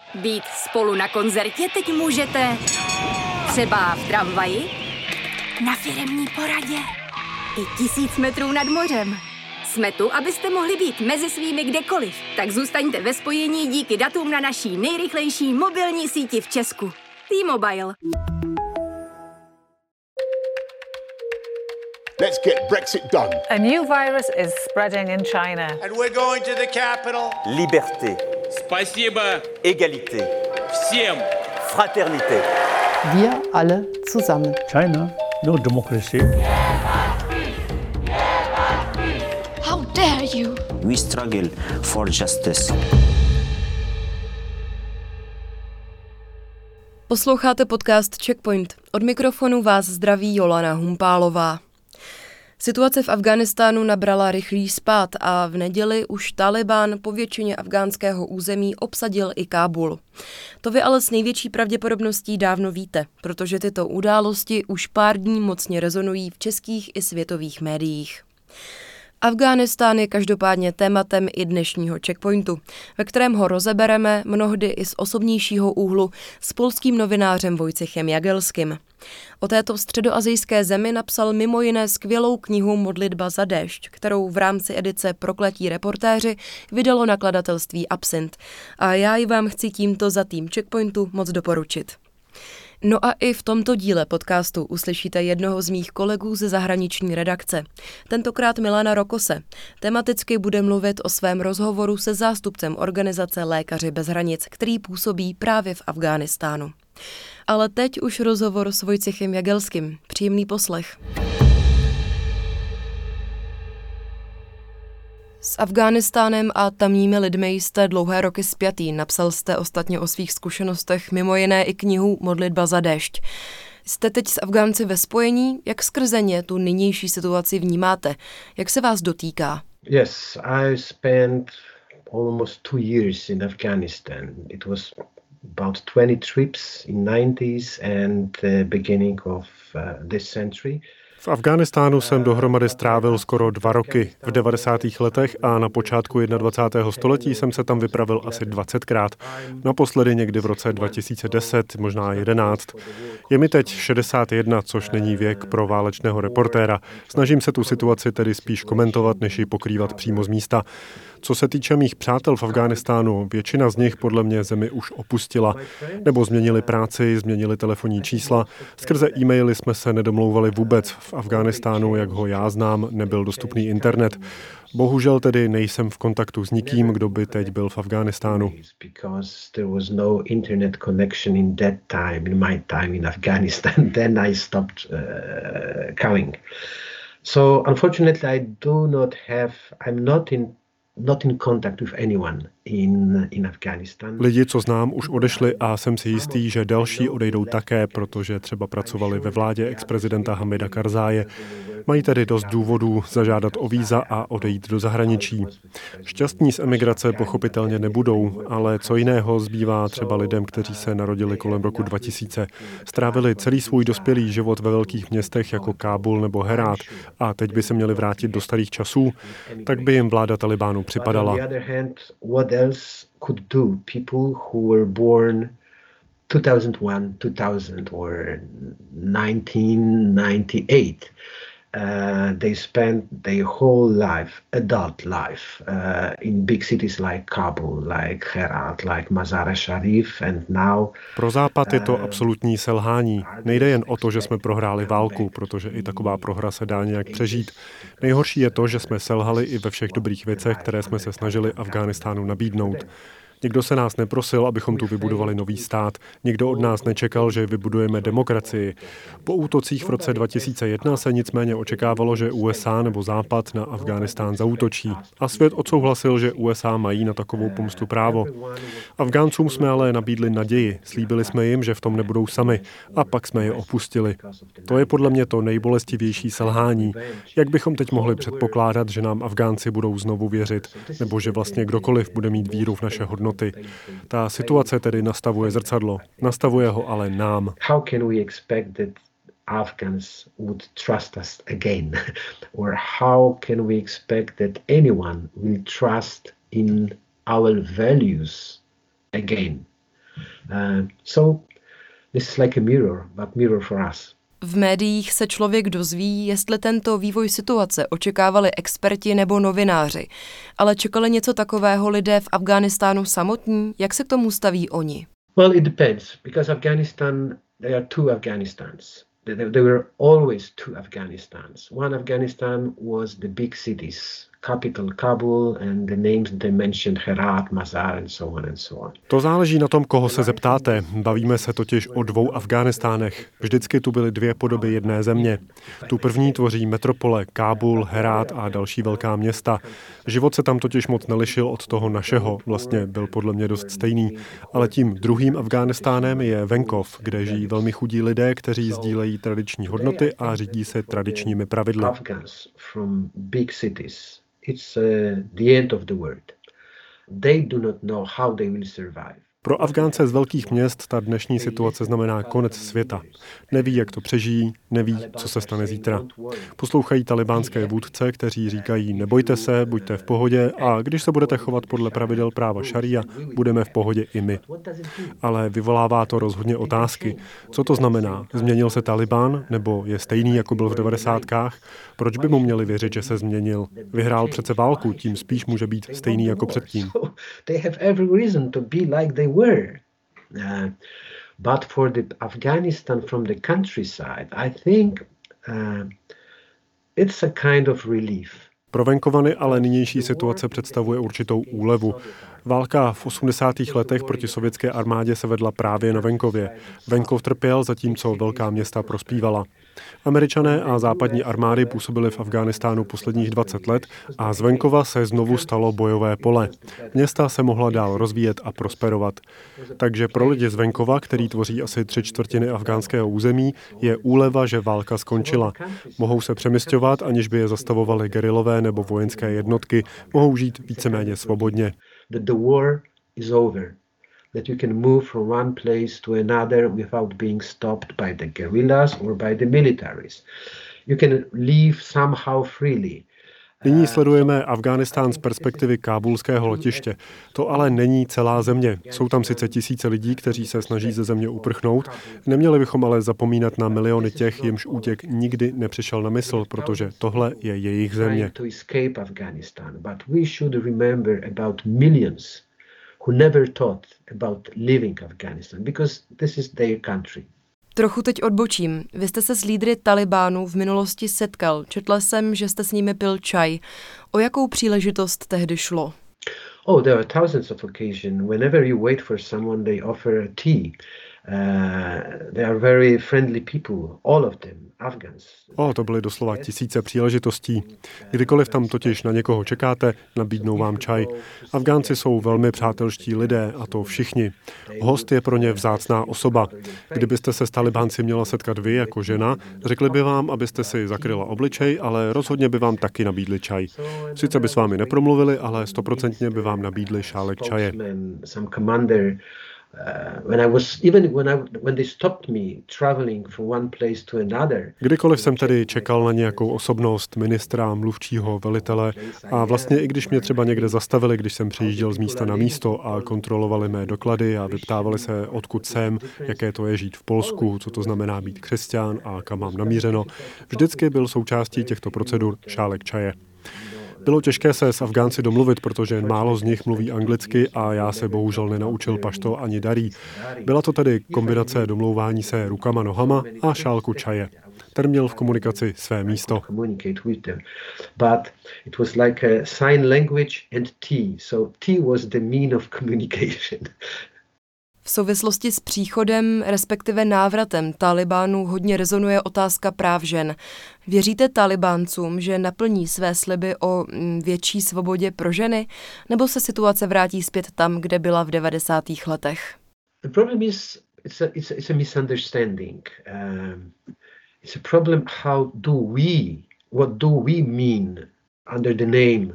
Být spolu na koncertě teď můžete třeba v tramvaji, na firemní poradě i 1000 metrů nad mořem. Jsme tu, abyste mohli být mezi svými kdekoliv. Tak zůstaňte ve spojení díky datům na naší nejrychlejší mobilní síti v Česku. T-Mobile. Let's get Brexit done. A new virus is spreading in China. And we're going to the capital. Liberté. Спасибо. Égalité. Всем. Fraternité. Wir alle zusammen. China, no democracy. How dare you? We struggle for justice. Posloucháte podcast Checkpoint. Od mikrofonu vás zdraví Jolana Humpálová. Situace v Afghánistánu nabrala rychlý spád a v neděli už Tálibán po většině afghánského území obsadil i Kábul. To vy ale s největší pravděpodobností dávno víte, protože tyto události už pár dní mocně rezonují v českých i světových médiích. Afghánistán je každopádně tématem i dnešního Checkpointu, ve kterém ho rozebereme mnohdy i z osobnějšího úhlu s polským novinářem Wojciechem Jagelským. O této středoasijské zemi napsal mimo jiné skvělou knihu Modlitba za déšť, kterou v rámci edice Prokletí reportéři vydalo nakladatelství Absint. A já ji vám chci tímto za tým Checkpointu moc doporučit. No a i v tomto díle podcastu uslyšíte jednoho z mých kolegů ze zahraniční redakce. Tentokrát Milana Rokose. Tematicky bude mluvit o svém rozhovoru se zástupcem organizace Lékaři bez hranic, který působí právě v Afghánistánu. Ale teď už rozhovor s Wojciechem Jagelským. Příjemný poslech. S Afghánistánem a tamními lidmi jste dlouhé roky spjatý. Napsal jste ostatně o svých zkušenostech mimo jiné i knihu Modlitba za déšť. Jste teď s Afgánci ve spojení? Jak skrze ně tu nynější situaci vnímáte? Jak se vás dotýká? Yes, I spent almost 2 years in Afghanistan. It was about 20 trips in 90s and the beginning of this century. V Afghánistánu jsem dohromady strávil skoro 2 roky. V 90. letech a na počátku 21. století jsem se tam vypravil asi 20krát. Naposledy někdy v roce 2010, možná 11. Je mi teď 61, což není věk pro válečného reportéra. Snažím se tu situaci tedy spíš komentovat, než ji pokrývat přímo z místa. Co se týče mých přátel v Afghánistánu, většina z nich podle mě zemi už opustila. Nebo změnili práci, změnili telefonní čísla. Skrze e-maily jsme se nedomlouvali vůbec. V Afghánistánu, jak ho já znám, nebyl dostupný internet. Bohužel tedy nejsem v kontaktu s nikým, kdo by teď byl v Afghánistánu. So unfortunately I'm not in contact with anyone in Afghanistan. Lidi, co znám, už odešli a jsem si jistý, že další odejdou také, protože třeba pracovali ve vládě ex-prezidenta Hamida Karzáje. Mají tedy dost důvodů zažádat o víza a odejít do zahraničí. Šťastní z emigrace pochopitelně nebudou, ale co jiného zbývá třeba lidem, kteří se narodili kolem roku 2000. Strávili celý svůj dospělý život ve velkých městech jako Kábul nebo Herát a teď by se měli vrátit do starých časů, tak by jim vláda Talibánu připadala. What else could do people who were born 2001, 2000 or 1998? They spent their whole life, adult life, in big cities like Kabul, like Herat, like Mazar-e Sharif, and now. Pro Západ je to absolutní selhání. Nejde jen o to, že jsme prohráli válku, protože i taková prohra se dá nějak přežít. Nejhorší je to, že jsme selhali i ve všech dobrých věcech, které jsme se snažili Afghánistánu nabídnout. Nikdo se nás neprosil, abychom tu vybudovali nový stát. Nikdo od nás nečekal, že vybudujeme demokracii. Po útocích v roce 2001 se nicméně očekávalo, že USA nebo Západ na Afghánistán zaútočí. A svět odsouhlasil, že USA mají na takovou pomstu právo. Afgáncům jsme ale nabídli naději. Slíbili jsme jim, že v tom nebudou sami. A pak jsme je opustili. To je podle mě to nejbolestivější selhání. Jak bychom teď mohli předpokládat, že nám Afgánci budou znovu věřit, nebo že vlastně kdokoliv bude mít víru v naše hodnoty? Ta situace tedy nastavuje zrcadlo. Nastavuje ho ale nám. How can we expect that Afghans would trust us again? Or how can we expect that anyone will trust in our values again? So this is like a mirror, but mirror for us. V médiích se člověk dozví, jestli tento vývoj situace očekávali experti nebo novináři. Ale čekali něco takového lidé v Afghánistánu samotní? Jak se k tomu staví oni? Well, it depends, because Afghanistan, there are two Afghanistans. There were always two Afghanistans. One Afghanistan was the big cities, capital Kabul and the names they mentioned, Herat, Mazar and so on and so on. To záleží na tom, koho se zeptáte. Bavíme se totiž o dvou Afghánistánech. Vždycky tu byly dvě podoby jedné země. Tu první tvoří metropole Kábul, Herát a další velká města. Život se tam totiž moc nelišil od toho našeho, vlastně byl podle mě dost stejný. Ale tím druhým Afghánistánem je venkov, kde žijí velmi chudí lidé, kteří sdílejí tradiční hodnoty a řídí se tradičními pravidly. It's the end of the world. They do not know how they will survive. Pro Afgánce z velkých měst ta dnešní situace znamená konec světa. Neví, jak to přežijí, neví, co se stane zítra. Poslouchají talibánské vůdce, kteří říkají, nebojte se, buďte v pohodě a když se budete chovat podle pravidel práva šaria, budeme v pohodě i my. Ale vyvolává to rozhodně otázky. Co to znamená? Změnil se Taliban, nebo je stejný, jako byl v 90kách? Proč by mu měli věřit, že se změnil? Vyhrál přece válku, tím spíš může být stejný jako předtím. But for the Afghanistan from the countryside, I think it's a kind of relief. Pro venkovany ale nynější situace představuje určitou úlevu. Válka v 80. letech proti sovětské armádě se vedla právě na venkově. Venkov trpěl, zatímco velká města prospívala. Američané a západní armády působily v Afghánistánu posledních 20 let a z venkova se znovu stalo bojové pole. Města se mohla dál rozvíjet a prosperovat. Takže pro lidi z venkova, který tvoří asi 3/4 afgánského území, je úleva, že válka skončila. Mohou se přemisťovat, aniž by je zastavovaly gerilové nebo vojenské jednotky, mohou žít víceméně svobodně. That the war is over, that you can move from one place to another without being stopped by the guerrillas or by the militaries. You can live somehow freely. Nyní sledujeme Afghánistán z perspektivy kábulského letiště. To ale není celá země. Jsou tam sice tisíce lidí, kteří se snaží ze země uprchnout. Neměli bychom ale zapomínat na miliony těch, jimž útěk nikdy nepřišel na mysl, protože tohle je jejich země. Trochu teď odbočím. Vy jste se s lídry Talibánu v minulosti setkal. Četla jsem, že jste s nimi pil čaj. O jakou příležitost tehdy šlo? Oh, there are thousands of occasions. Whenever you wait for someone, they offer a tea. They are very friendly people, all of them, Afghans. To byly doslova tisíce příležitostí. Kdykoliv tam totiž na někoho čekáte, nabídnou vám čaj. Afgánci jsou velmi přátelští lidé, a to všichni. Host je pro ně vzácná osoba. Kdybyste se s Talibánci měla setkat vy jako žena, řekli by vám, abyste si zakryla obličej, ale rozhodně by vám taky nabídli čaj. Sice by s vámi nepromluvili, ale 100% by vám nabídli šálek čaje. Kdykoliv jsem tedy čekal na nějakou osobnost, ministra, mluvčího, velitele a vlastně i když mě třeba někde zastavili, když jsem přijížděl z místa na místo a kontrolovali mé doklady a vyptávali se, odkud jsem, jaké to je žít v Polsku, co to znamená být křesťan a kam mám namířeno, vždycky byl součástí těchto procedur šálek čaje. Bylo těžké se s Afgánci domluvit, protože málo z nich mluví anglicky a já se bohužel nenaučil pašto ani darí. Byla to tedy kombinace domlouvání se rukama, nohama a šálku čaje. Ten měl v komunikaci své místo. V souvislosti s příchodem, respektive návratem Talibánu hodně rezonuje otázka práv žen. Věříte Talibáncům, že naplní své sliby o větší svobodě pro ženy, nebo se situace vrátí zpět tam, kde byla v 90. letech? The problem is it's a misunderstanding. It's a problem what do we mean under the name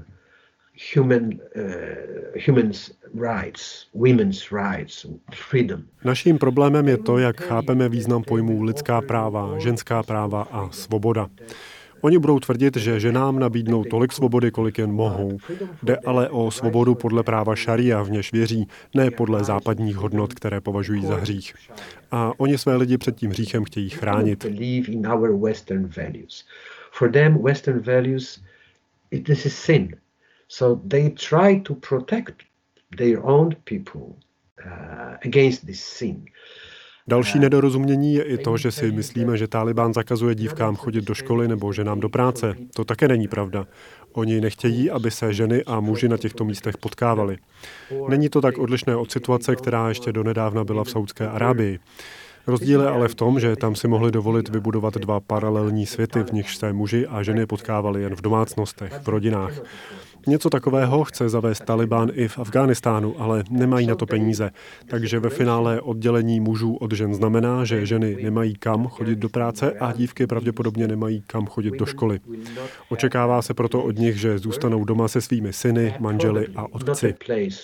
human's rights, women's rights, freedom. Naším problémem je to, jak chápeme význam pojmů lidská práva, ženská práva a svoboda. Oni budou tvrdit, že ženám nabídnou tolik svobody, kolik jen mohou. Jde ale o svobodu podle práva šaria, v něž věří, ne podle západních hodnot, které považují za hřích. A oni své lidi před tím hříchem chtějí chránit. For them, Western values, this is sin. So they try to protect their own people against this sin. Další nedorozumění je i to, že si myslíme, že Tálibán zakazuje dívkám chodit do školy nebo ženám do práce. To také není pravda. Oni nechtějí, aby se ženy a muži na těchto místech potkávali. Není to tak odlišné od situace, která ještě donedávna byla v Saúdské Arábii. Rozdíl je ale v tom, že tam si mohli dovolit vybudovat dva paralelní světy, v nichž se muži a ženy potkávali jen v domácnostech, v rodinách. Něco takového chce zavést Taliban i v Afghánistánu, ale nemají na to peníze. Takže ve finále oddělení mužů od žen znamená, že ženy nemají kam chodit do práce a dívky pravděpodobně nemají kam chodit do školy. Očekává se proto od nich, že zůstanou doma se svými syny, manželi a otci.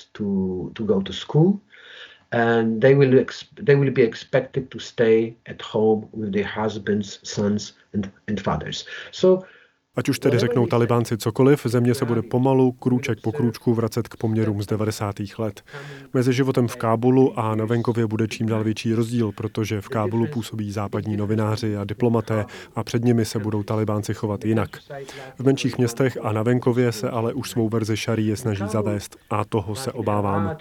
And they will be expected to stay at home with their husbands, sons and fathers. So ať už tedy řeknou Talibánci cokoliv, země se bude pomalu, krůček po krůčku vracet k poměrům z 90. let. Mezi životem v Kábulu a na venkově bude čím dál větší rozdíl, protože v Kábulu působí západní novináři a diplomaté a před nimi se budou Talibánci chovat jinak. V menších městech a na venkově se ale už svou verzi šaríje snaží zavést a toho se obávám.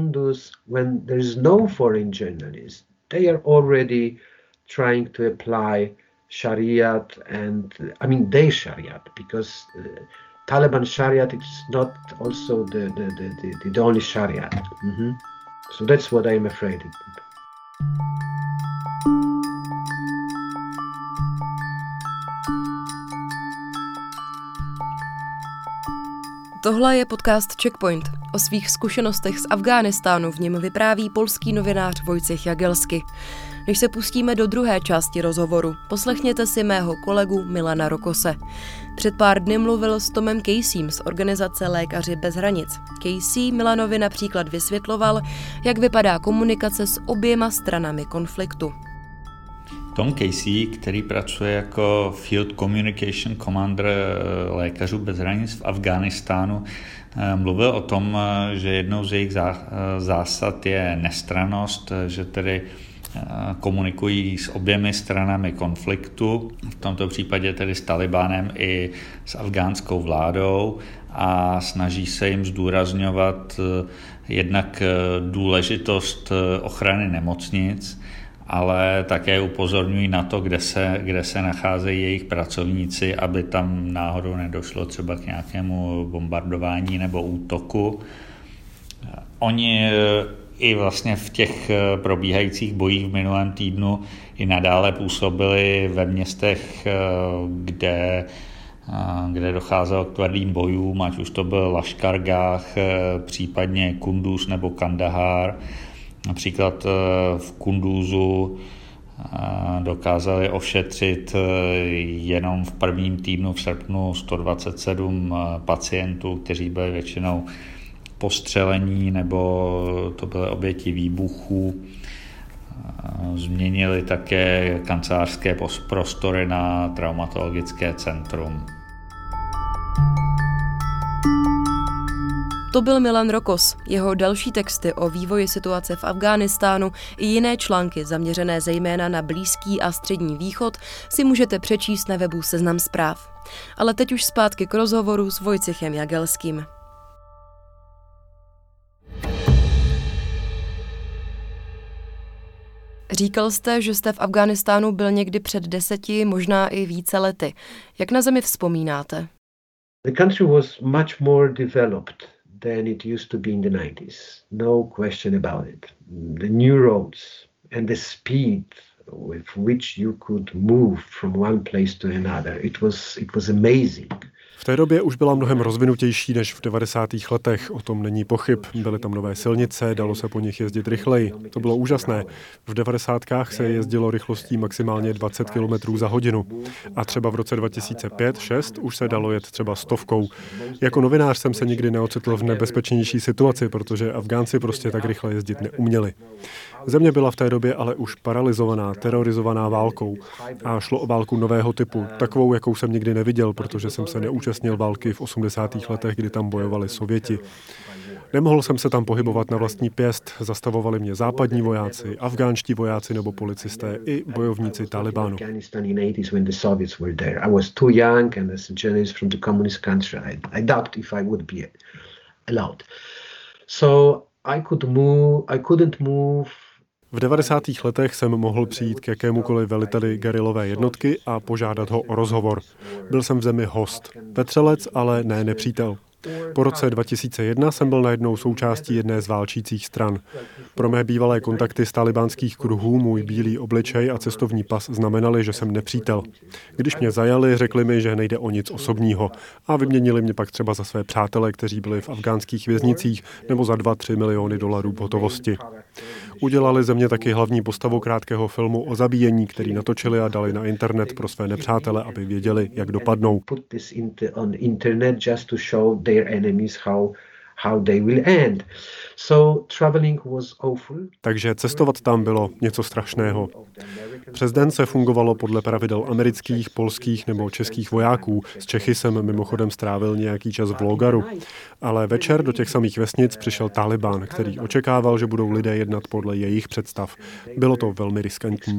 Shariat and their Shariat, because Taliban Shariat is not also the only Shariat. Mm-hmm. So that's what I'm afraid of. Tohle je podcast Checkpoint. O svých zkušenostech z Afghánistánu v něm vypráví polský novinář Wojciech Jagelsky. Než se pustíme do druhé části rozhovoru, poslechněte si mého kolegu Milana Rokose. Před pár dny mluvil s Tomem Caseym z organizace Lékaři bez hranic. Casey Milanovi například vysvětloval, jak vypadá komunikace s oběma stranami konfliktu. Tom Casey, který pracuje jako Field Communication Commander Lékařů bez hranic v Afghánistánu, mluvil o tom, že jednou z jejich zásad je nestrannost, že tedy komunikují s oběmi stranami konfliktu, v tomto případě tedy s Talibánem i s afgánskou vládou, a snaží se jim zdůrazňovat jednak důležitost ochrany nemocnic, ale také upozorňují na to, kde se nacházejí jejich pracovníci, aby tam náhodou nedošlo třeba k nějakému bombardování nebo útoku. Oni i vlastně v těch probíhajících bojích v minulém týdnu i nadále působili ve městech, kde docházelo k tvrdým bojům, ať už to byl Laškargách, případně Kunduz nebo Kandahar. Například v Kunduzu dokázali ošetřit jenom v prvním týdnu v srpnu 127 pacientů, kteří byli většinou postřelení nebo to byly oběti výbuchů. Změnili také kancelářské prostory na traumatologické centrum. To byl Milan Rokos. Jeho další texty o vývoji situace v Afghánistánu i jiné články zaměřené zejména na Blízký a Střední východ si můžete přečíst na webu Seznam Zpráv. Ale teď už zpátky k rozhovoru s Wojciechem Jagelským. Říkal jste, že jste v Afghánistánu byl někdy před 10, možná i více lety. Jak na zemi vzpomínáte? The country was much more developed than it used to be in the 90s. No question about it. The new roads and the speed with which you could move from one place to another, it was amazing. V té době už byla mnohem rozvinutější než v 90. letech, o tom není pochyb. Byly tam nové silnice, dalo se po nich jezdit rychleji. To bylo úžasné. V 90. se jezdilo rychlostí maximálně 20 km za hodinu. A třeba v roce 2005-6 už se dalo jet třeba 100. Jako novinář jsem se nikdy neocitl v nebezpečnější situaci, protože Afgánci prostě tak rychle jezdit neuměli. Země byla v té době ale už paralyzovaná, terorizovaná válkou a šlo o válku nového typu, takovou, jakou jsem nikdy neviděl, protože jsem se neúčastnil války v 80. letech, kdy tam bojovali Sověti. Nemohl jsem se tam pohybovat na vlastní pěst, zastavovali mě západní vojáci, afgánští vojáci nebo policisté i bojovníci Talibánu. V 90. letech jsem mohl přijít k jakémukoliv veliteli gerilové jednotky a požádat ho o rozhovor. Byl jsem v zemi host, vetřelec, ale ne nepřítel. Po roce 2001 jsem byl najednou součástí jedné z válčících stran. Pro mé bývalé kontakty z talibánských kruhů můj bílý obličej a cestovní pas znamenali, že jsem nepřítel. Když mě zajali, řekli mi, že nejde o nic osobního a vyměnili mě pak třeba za své přátele, kteří byli v afgánských věznicích nebo za 2-3 miliony dolarů v hotovosti. Udělali ze mě taky hlavní postavu krátkého filmu o zabíjení, který natočili a dali na internet pro své nepřátele, aby věděli, jak dopadnou. Takže cestovat tam bylo něco strašného. Přes den se fungovalo podle pravidel amerických, polských nebo českých vojáků. S Čechy jsem mimochodem strávil nějaký čas v Logaru. Ale večer do těch samých vesnic přišel Talibán, který očekával, že budou lidé jednat podle jejich představ. Bylo to velmi riskantní.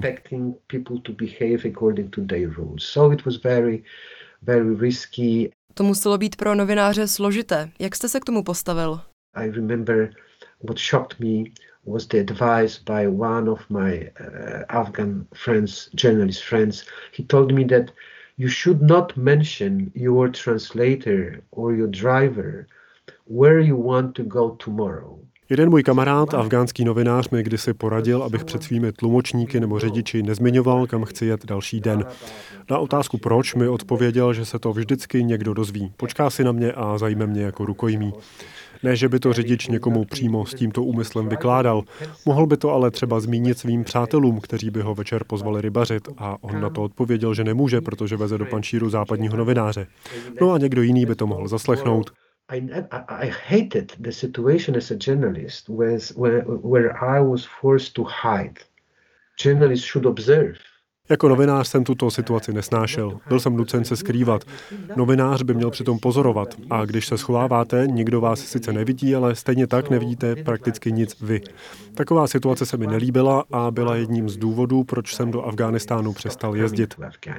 To muselo být pro novináře složité. Jak jste se k tomu postavil? I remember what shocked me was the advice by one of my Afghan friends, journalist friends. He told me that you should not mention your translator or your driver where you want to go tomorrow. Jeden můj kamarád, afgánský novinář, mi kdysi poradil, abych před svými tlumočníky nebo řidiči nezmiňoval, kam chci jet další den. Na otázku proč mi odpověděl, že se to vždycky někdo dozví. Počká si na mě a zajme mě jako rukojmí. Ne, že by to řidič někomu přímo s tímto úmyslem vykládal. Mohl by to ale třeba zmínit svým přátelům, kteří by ho večer pozvali rybařit a on na to odpověděl, že nemůže, protože veze do pančíru západního novináře. No a někdo jiný by to mohl zaslechnout. I hated the situation as a journalist where I was forced to hide. Journalists should observe. Jako novinář jsem tuto situaci nesnášel. Byl jsem nucen se skrývat. Novinář by měl přitom pozorovat. A když se schováváte, nikdo vás sice nevidí, ale stejně tak nevidíte prakticky nic vy. Taková situace se mi nelíbila a byla jedním z důvodů, proč jsem do Afghánistánu přestal jezdit.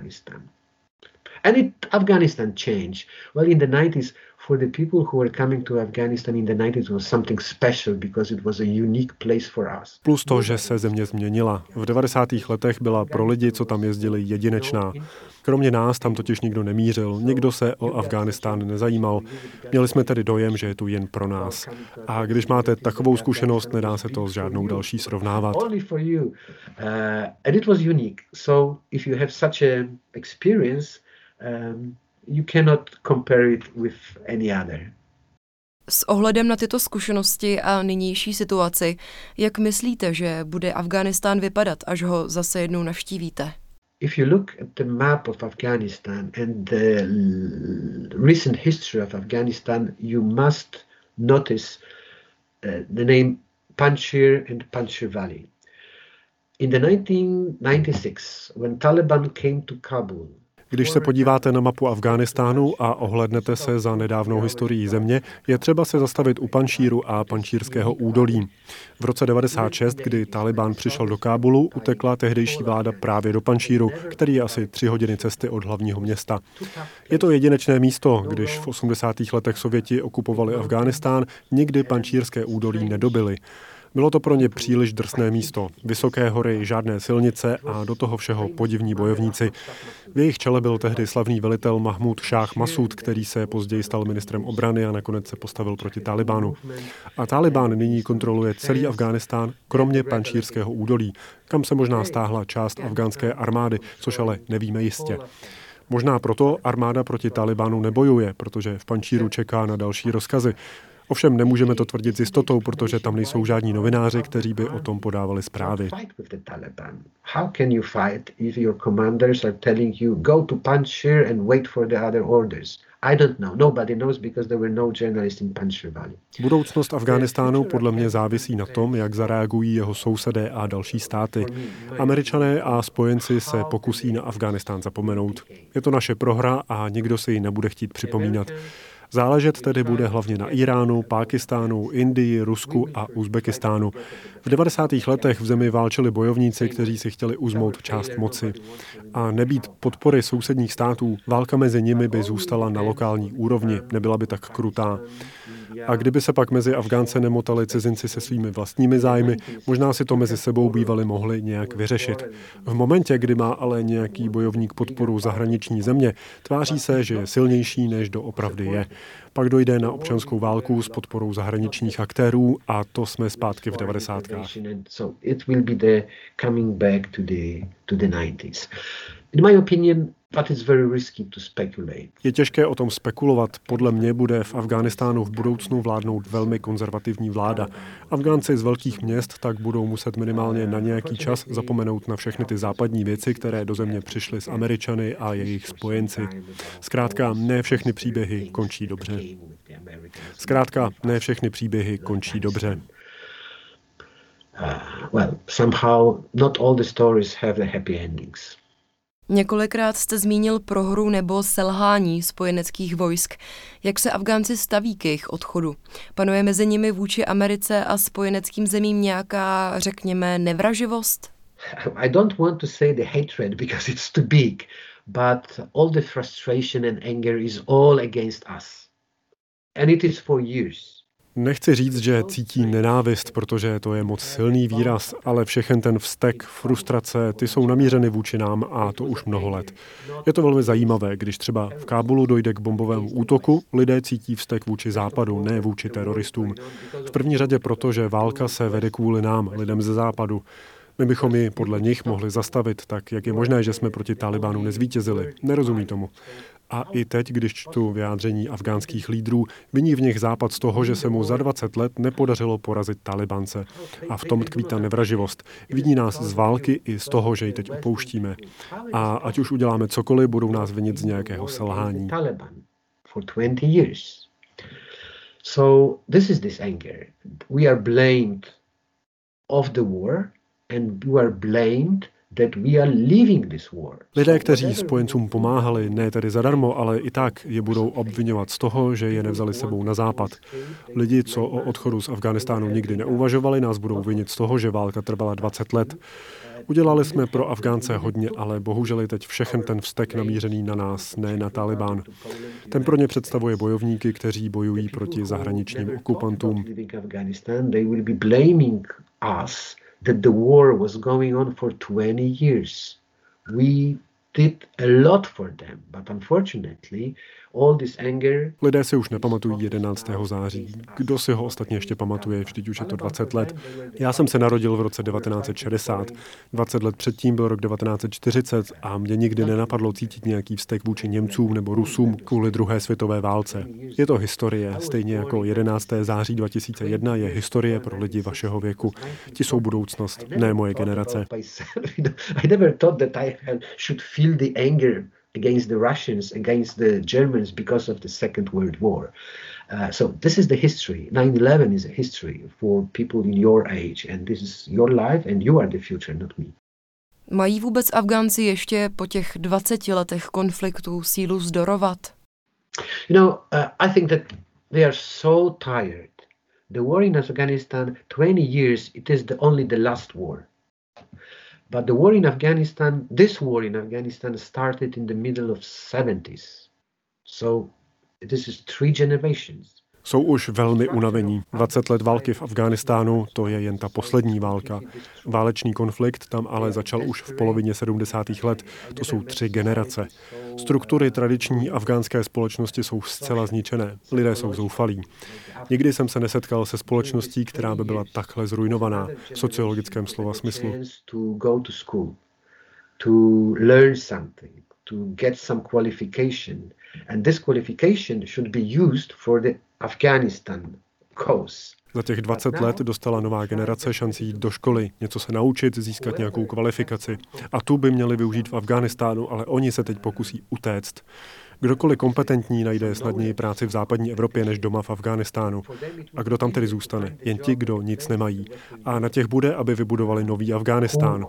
And Afghanistan changed. Well, in the 90s, for the people who were coming to Afghanistan in the 90s was something special because it was a unique place for us. Plus to, že se země změnila. V 90. letech byla pro lidi, co tam jezdili, jedinečná. Kromě nás tam totiž nikdo nemířil, nikdo se o Afghánistán nezajímal. Měli jsme tedy dojem, že je tu jen pro nás. A když máte takovou zkušenost, nedá se to s žádnou další srovnávat. And it was unique. So if you have such a experience, you cannot compare it with any other. S ohledem na tyto zkušenosti a nynější situaci, jak myslíte, že bude Afghánistán vypadat, až ho zase jednou navštívíte? If you look at the map of Afghanistan and the recent history of Afghanistan, you must notice the name Panjshir and Panjshir Valley. In the 1996, when Taliban came to Kabul, Když se podíváte na mapu Afghánistánu a ohlédnete se za nedávnou historií země, je třeba se zastavit u Panjšíru a Panjšírského údolí. V roce 96, kdy Talibán přišel do Kábulu, utekla tehdejší vláda právě do Panjšíru, který je asi 3 hodiny cesty od hlavního města. Je to jedinečné místo, když v 80. letech Sověti okupovali Afghánistán, nikdy Panjšírské údolí nedobili. Bylo to pro ně příliš drsné místo. Vysoké hory, žádné silnice a do toho všeho podivní bojovníci. V jejich čele byl tehdy slavný velitel Mahmud Šáh Masud, který se později stal ministrem obrany a nakonec se postavil proti Talibánu. A Talibán nyní kontroluje celý Afghánistán, kromě Panjšírského údolí, kam se možná stáhla část afgánské armády, což ale nevíme jistě. Možná proto armáda proti Talibánu nebojuje, protože v Panjšíru čeká na další rozkazy. Ovšem nemůžeme to tvrdit s jistotou, protože tam nejsou žádní novináři, kteří by o tom podávali zprávy. How can you fight if your commanders are telling you go to Panjshir and wait for the other orders? I don't know. Nobody knows because there were no journalists in Panjshir Valley. Budoucnost Afghánistánu podle mě závisí na tom, jak zareagují jeho sousedé a další státy. Američané a spojenci se pokusí na Afghánistán zapomenout. Je to naše prohra a nikdo si ji nebude chtít připomínat. Záležet tedy bude hlavně na Iránu, Pákistánu, Indii, Rusku a Uzbekistánu. V 90. letech v zemi válčili bojovníci, kteří si chtěli uzmout část moci. A nebýt podpory sousedních států, válka mezi nimi by zůstala na lokální úrovni, nebyla by tak krutá. A kdyby se pak mezi Afgánce nemotali cizinci se svými vlastními zájmy, možná si to mezi sebou bývali mohli nějak vyřešit. V momentě, kdy má ale nějaký bojovník podporu zahraniční země, tváří se, že je silnější, než doopravdy je. Pak dojde na občanskou válku s podporou zahraničních aktérů a to jsme zpátky v 90. Je těžké o tom spekulovat. Podle mě bude v Afghánistánu v budoucnu vládnout velmi konzervativní vláda. Afgánci z velkých měst tak budou muset minimálně na nějaký čas zapomenout na všechny ty západní věci, které do země přišly s Američany a jejich spojenci. Zkrátka, ne všechny příběhy končí dobře. Well, somehow not all the stories have the happy endings. Několikrát jste zmínil prohru nebo selhání spojeneckých vojsk. Jak se Afgánci staví k jejich odchodu? Panuje mezi nimi vůči Americe a spojeneckým zemím nějaká, řekněme, nevraživost? I don't want to say the hatred because it's too big, but all the frustration and anger is all against us. And it is for years. Nechci říct, že cítí nenávist, protože to je moc silný výraz, ale všechen ten vztek, frustrace, ty jsou namířeny vůči nám a to už mnoho let. Je to velmi zajímavé, když třeba v Kábulu dojde k bombovému útoku, lidé cítí vztek vůči západu, ne vůči teroristům. V první řadě proto, že válka se vede kvůli nám, lidem ze západu. My bychom ji podle nich mohli zastavit, tak jak je možné, že jsme proti Talibánu nezvítězili. Nerozumí tomu. A i teď, když čtu vyjádření afgánských lídrů, viní v nich Západ z toho, že se mu za 20 let nepodařilo porazit Talibance. A v tom tkví ta nevraživost. Viní nás z války i z toho, že ji teď opouštíme. A ať už uděláme cokoliv, budou nás vinit z nějakého selhání. So this is this anger. We are blamed of the war and we are blamed that we are leaving this war. Lidé, kteří spojencům pomáhali, ne tedy zadarmo, ale i tak je budou obvinovat z toho, že je nevzali sebou na západ. Lidi, co o odchodu z Afghánistánu nikdy neuvažovali, nás budou vinit z toho, že válka trvala 20 let. Udělali jsme pro Afgánce hodně, ale bohužel je teď všechen ten vztek namířený na nás, ne na Talibán. Ten pro ně představuje bojovníky, kteří bojují proti zahraničním okupantům. That the war was going on for 20 years. We did a lot for them, but unfortunately, all this anger... Lidé si už nepamatují 11. září. Kdo si ho ostatně ještě pamatuje, vždyť už je to 20 let. Já jsem se narodil v roce 1960. 20 let předtím byl rok 1940 a mě nikdy nenapadlo cítit nějaký vztek vůči Němcům nebo Rusům kvůli druhé světové válce. Je to historie, stejně jako 11. září 2001 je historie pro lidi vašeho věku. Ti jsou budoucnost, ne moje generace. I never thought that I should feel the anger against the Russians, against the Germans because of the Second World War. So this is the history. 9/11 is a history for people in your age and this is your life and you are the future, not me. Mají vůbec Afgánci ještě po těch 20 letech konfliktu sílu vzdorovat? You know, I think that they are so tired. The war in Afghanistan, 20 years, it is only the last war. But the war in Afghanistan, this war in Afghanistan started in the middle of 70s. So this is 3 generations. Jsou už velmi unavení. 20 let války v Afghánistánu, to je jen ta poslední válka. Válečný konflikt tam ale začal už v polovině 70. let. To jsou 3 generace. Struktury tradiční afgánské společnosti jsou zcela zničené. Lidé jsou zoufalí. Nikdy jsem se nesetkal se společností, která by byla takhle zrujnovaná v sociologickém slova smyslu. To get some qualification, and this qualification should be used for the Afghanistan cause. Za těch 20 let dostala nová generace šanci jít do školy, něco se naučit, získat nějakou kvalifikaci. A tu by měli využít v Afghánistánu, ale oni se teď pokusí utéct. Kdokoliv kompetentní najde snadněji práci v západní Evropě než doma v Afghánistánu. A kdo tam tedy zůstane? Jen ti, kdo nic nemají. A na těch bude, aby vybudovali nový Afghánistán.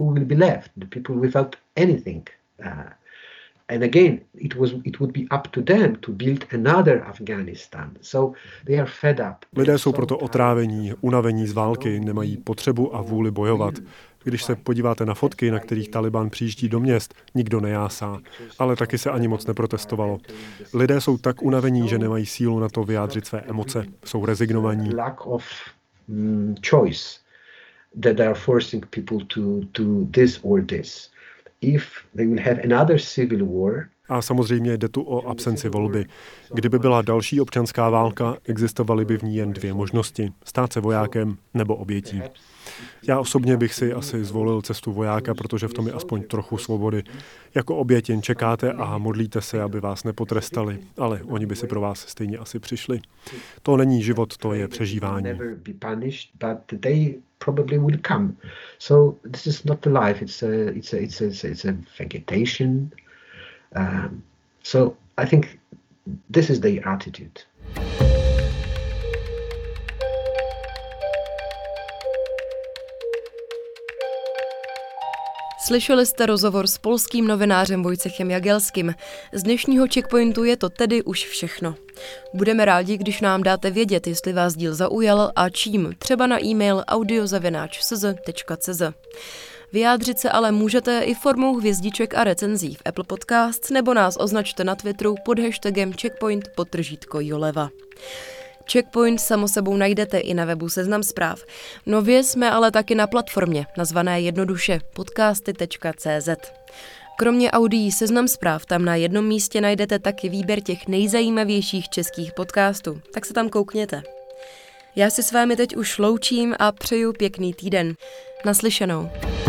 And again, it would be up to them to build another Afghanistan. So they are fed up. Lidé jsou proto otrávení, unavení z války, nemají potřebu a vůli bojovat. Když se podíváte na fotky, na kterých Taliban přijíždí do měst, nikdo nejásá, ale taky se ani moc neprotestovalo. Lidé jsou tak unavení, že nemají sílu na to vyjádřit své emoce, jsou rezignovaní. Lack of choice that are forcing people to this or this. If they will have another civil war. A samozřejmě jde tu o absenci volby. Kdyby byla další občanská válka, existovaly by v ní jen dvě možnosti. Stát se vojákem nebo obětí. Já osobně bych si asi zvolil cestu vojáka, protože v tom je aspoň trochu svobody. Jako oběť jen čekáte a modlíte se, aby vás nepotrestali, ale oni by si pro vás stejně asi přišli. To není život, to je přežívání. Probably will come. So this is not the life. It's a vegetation. So I think this is their attitude. Slyšeli jste rozhovor s polským novinářem Wojciechem Jagielským. Z dnešního Checkpointu je to tedy už všechno. Budeme rádi, když nám dáte vědět, jestli vás díl zaujal a čím, třeba na e-mail audio@sz.cz. Vyjádřit se ale můžete i formou hvězdiček a recenzí v Apple Podcasts nebo nás označte na Twitteru pod hashtagem checkpoint_Joleva. Checkpoint samo sebou najdete i na webu Seznam Zpráv. Nově jsme ale taky na platformě, nazvané jednoduše podcasty.cz. Kromě audií Seznam Zpráv tam na jednom místě najdete taky výběr těch nejzajímavějších českých podcastů, tak se tam koukněte. Já si s vámi teď už loučím a přeju pěkný týden. Naslyšenou.